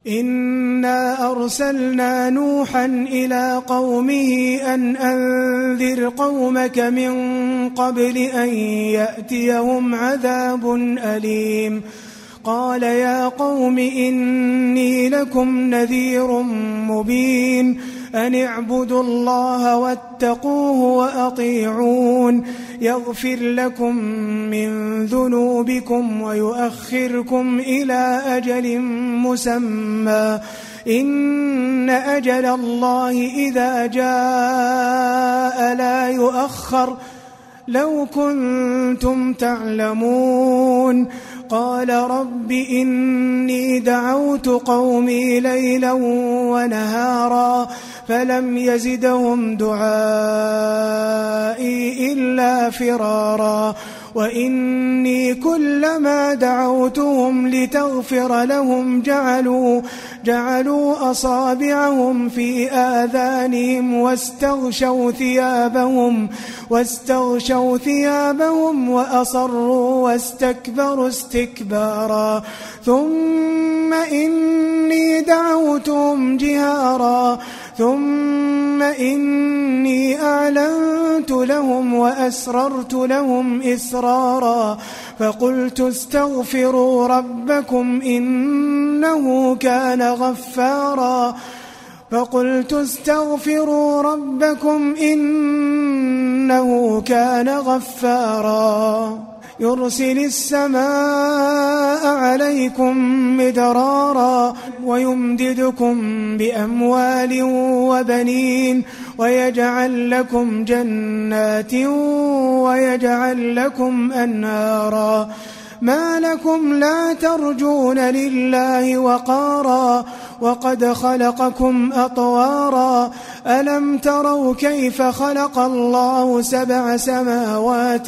إنا أرسلنا نوحا إلى قومه أن أنذر قومك من قبل أن يأتيهم عذاب أليم قال يا قوم إني لكم نذير مبين أن اعبدوا الله واتقوه وأطيعون يغفر لكم من ذنوبكم ويؤخركم إلى أجل مسمى إن أجل الله إذا جاء لا يؤخر لو كنتم تعلمون قال رب إني دعوت قومي ليلا ونهارا فلم يزدهم دعائي إلا فرارا وإني كلما دعوتهم لتغفر لهم جعلوا أصابعهم في آذانهم واستغشوا ثيابهم وأصروا واستكبروا استكبارا ثم إني دعوتهم جهارا ثم إني أعلنت لهم وأسررت لهم إسرارا فقلت استغفروا ربكم إنه كان غفارا يرسل السماء عليكم مدرارا ويمددكم بأموال وبنين ويجعل لكم جنات ويجعل لكم أنهارا ما لكم لا ترجون لله وقارا وقد خلقكم أطوارا ألم تروا كيف خلق الله 7 سماوات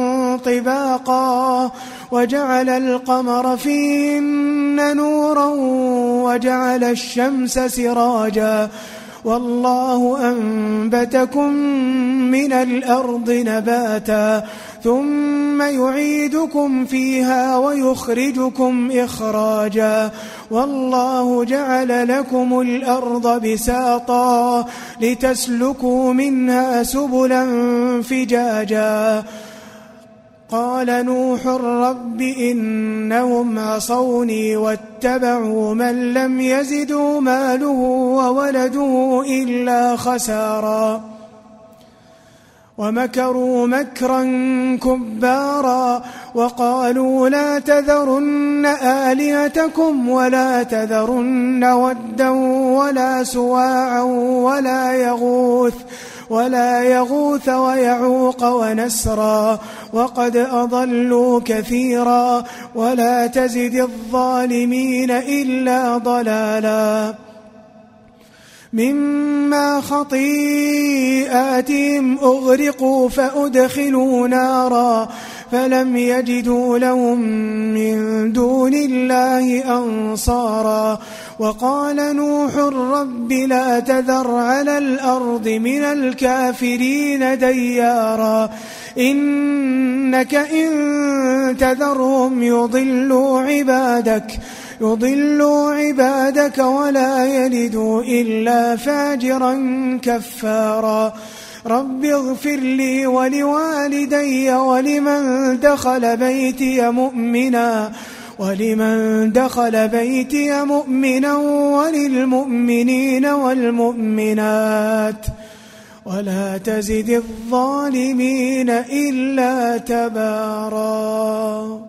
طباقا وجعل القمر فيهن نورا وجعل الشمس سراجا والله أنبتكم من الأرض نباتا ثم يعيدكم فيها ويخرجكم إخراجا والله جعل لكم الأرض بساطا لتسلكوا منها سبلا فجاجا قال نوح رب إنهم عصوني واتبعوا من لم يزدوا ماله وولده إلا خسارا ومكروا مكرا كبارا وقالوا لا تذرن آلهتكم ولا تذرن ودا ولا سواعا ولا يغوث ويعوق ونسرا وقد أضلوا كثيرا ولا تزد الظالمين إلا ضلالا مما خطيئاتهم أغرقوا فأدخلوا نارا فلم يجدوا لهم من دون الله أنصارا وقال نوح رب لا تذر على الأرض من الكافرين ديارا إنك إن تذرهم يضلوا عبادك ولا يلدوا إلا فاجرا كفارا رب اغفر لي ولوالدي ولمن دخل بيتي مؤمنا وللمؤمنين والمؤمنات ولا تزد الظالمين إلا تبارا.